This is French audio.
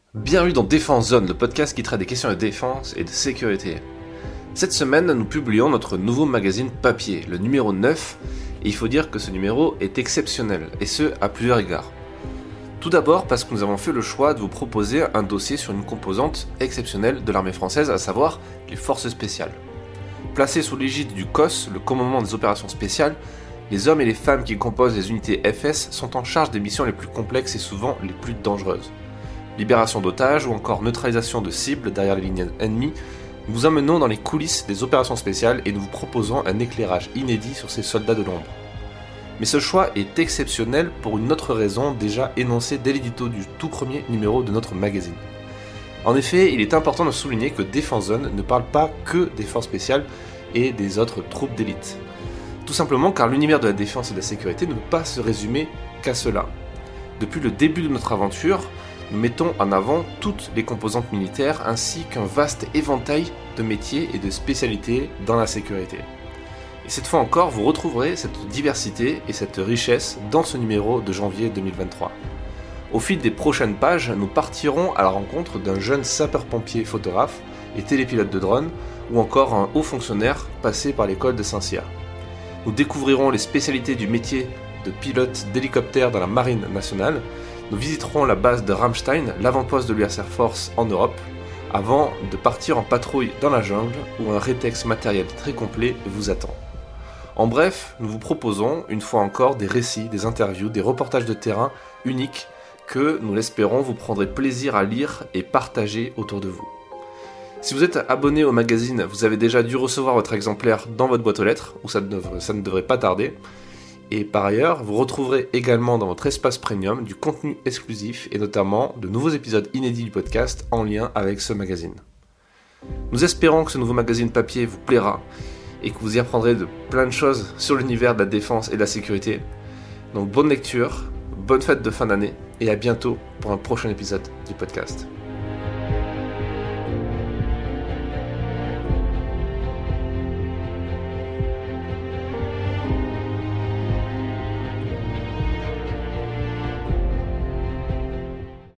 Bienvenue dans Défense Zone, le podcast qui traite des questions de défense et de sécurité. Cette semaine, nous publions notre nouveau magazine papier, le numéro 9, et il faut dire que ce numéro est exceptionnel, et ce, à plusieurs égards. Tout d'abord parce que nous avons fait le choix de vous proposer un dossier sur une composante exceptionnelle de l'armée française, à savoir les forces spéciales. Placées sous l'égide du COS, le commandement des opérations spéciales, les hommes et les femmes qui composent les unités FS sont en charge des missions les plus complexes et souvent les plus dangereuses. Libération d'otages ou encore neutralisation de cibles derrière les lignes ennemies, nous vous emmenons dans les coulisses des opérations spéciales et nous vous proposons un éclairage inédit sur ces soldats de l'ombre. Mais ce choix est exceptionnel pour une autre raison déjà énoncée dès l'édito du tout premier numéro de notre magazine. En effet, il est important de souligner que Défense Zone ne parle pas que des forces spéciales et des autres troupes d'élite. Tout simplement car l'univers de la défense et de la sécurité ne peut pas se résumer qu'à cela. Depuis le début de notre aventure, nous mettons en avant toutes les composantes militaires ainsi qu'un vaste éventail de métiers et de spécialités dans la sécurité. Et cette fois encore, vous retrouverez cette diversité et cette richesse dans ce numéro de janvier 2023. Au fil des prochaines pages, nous partirons à la rencontre d'un jeune sapeur-pompier photographe et télépilote de drone ou encore un haut fonctionnaire passé par l'école de Saint-Cyr. Nous découvrirons les spécialités du métier de pilote d'hélicoptère dans la marine nationale. Nous visiterons la base de Ramstein, l'avant-poste de l'US Air Force en Europe, avant de partir en patrouille dans la jungle où un rétex matériel très complet vous attend. En bref, nous vous proposons, une fois encore, des récits, des interviews, des reportages de terrain uniques que, nous l'espérons, vous prendrez plaisir à lire et partager autour de vous. Si vous êtes abonné au magazine, vous avez déjà dû recevoir votre exemplaire dans votre boîte aux lettres, où ça ne devrait pas tarder. Et par ailleurs, vous retrouverez également dans votre espace premium du contenu exclusif et notamment de nouveaux épisodes inédits du podcast en lien avec ce magazine. Nous espérons que ce nouveau magazine papier vous plaira et que vous y apprendrez de plein de choses sur l'univers de la défense et de la sécurité. Donc bonne lecture, bonne fête de fin d'année et à bientôt pour un prochain épisode du podcast.